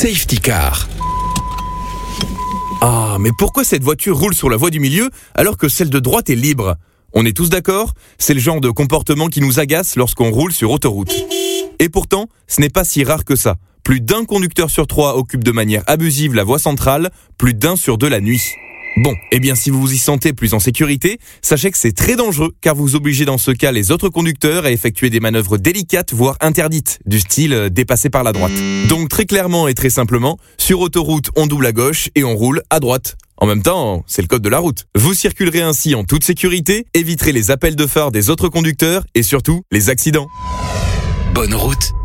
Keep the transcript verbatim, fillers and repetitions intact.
Safety car. Ah, mais pourquoi cette voiture roule sur la voie du milieu alors que celle de droite est libre ? On est tous d'accord ? C'est le genre de comportement qui nous agace lorsqu'on roule sur autoroute. Et pourtant, ce n'est pas si rare que ça. Plus d'un conducteur sur trois occupe de manière abusive la voie centrale, plus d'un sur deux la nuit. Bon, eh bien si vous vous y sentez plus en sécurité, sachez que c'est très dangereux car vous obligez dans ce cas les autres conducteurs à effectuer des manœuvres délicates voire interdites, du style euh, dépasser par la droite. Donc très clairement et très simplement, sur autoroute on double à gauche et on roule à droite. En même temps, c'est le code de la route. Vous circulerez ainsi en toute sécurité, éviterez les appels de phare des autres conducteurs et surtout les accidents. Bonne route.